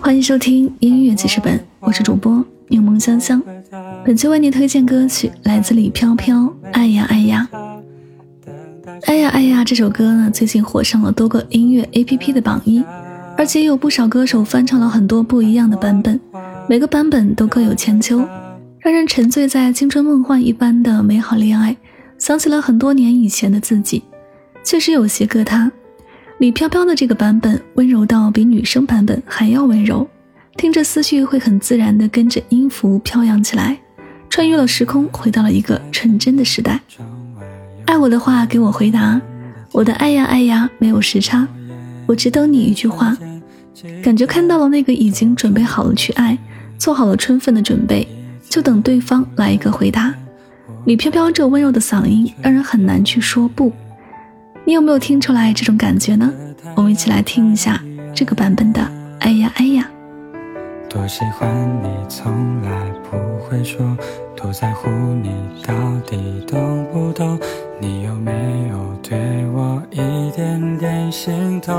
欢迎收听音乐记事本，我是主播柠檬香香。本期为您推荐歌曲来自李飘飘《爱呀爱呀》。爱呀爱呀这首歌呢，最近火上了多个音乐 APP 的榜一，而且有不少歌手翻唱了很多不一样的版本，每个版本都各有千秋，让人沉醉在青春梦幻一般的美好恋爱，想起了很多年以前的自己。确实有些歌他李飘飘的这个版本温柔到比女生版本还要温柔，听着思绪会很自然地跟着音符飘扬起来，穿越了时空，回到了一个纯真的时代。爱我的话给我回答，我的爱呀爱呀没有时差，我只等你一句话。感觉看到了那个已经准备好了去爱，做好了充分的准备，就等对方来一个回答。李飘飘这温柔的嗓音让人很难去说不。你有没有听出来这种感觉呢？我们一起来听一下这个版本的哎呀哎呀。 多喜欢你从来不会说，多在乎你到底懂不懂，你有没有对我一点点心动，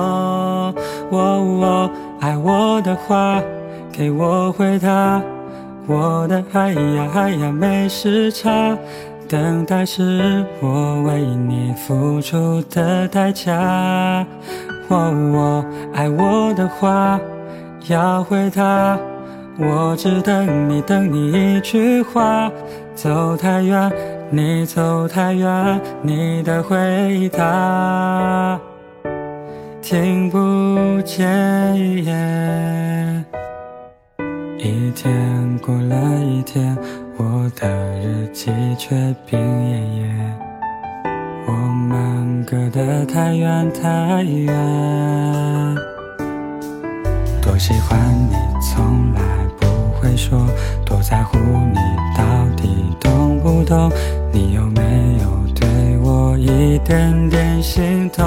爱我的话给我回答，我的爱呀爱呀没时差，等待是我为你付出的代价。爱我的话要回答，我只等你一句话。走太远，你走太远，你的回答听不见。一天过了一天，我的日记却病恹恹，我们隔得太远太远。多喜欢你从来不会说，多在乎你到底懂不懂，你有没有对我一点点心动，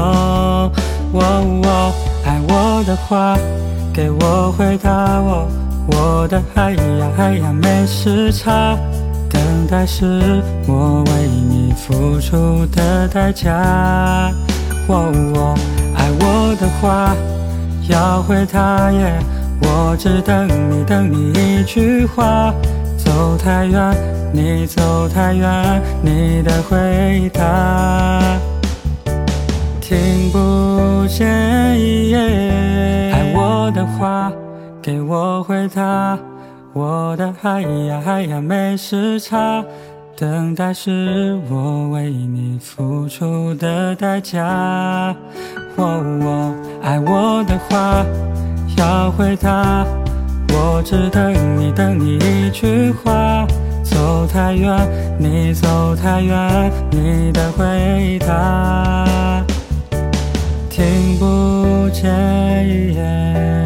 爱我的话给我回答，我的爱呀爱呀没时差，等待是我为你付出的代价。爱我的话要回答耶，我只等你一句话。走太远，你走太远，你的回答听不见。爱我的话给我回答，我的爱呀爱呀没时差，等待是我为你付出的代价。爱我的话要回答，我只等你一句话。走太远，你走太远，你的回答听不见。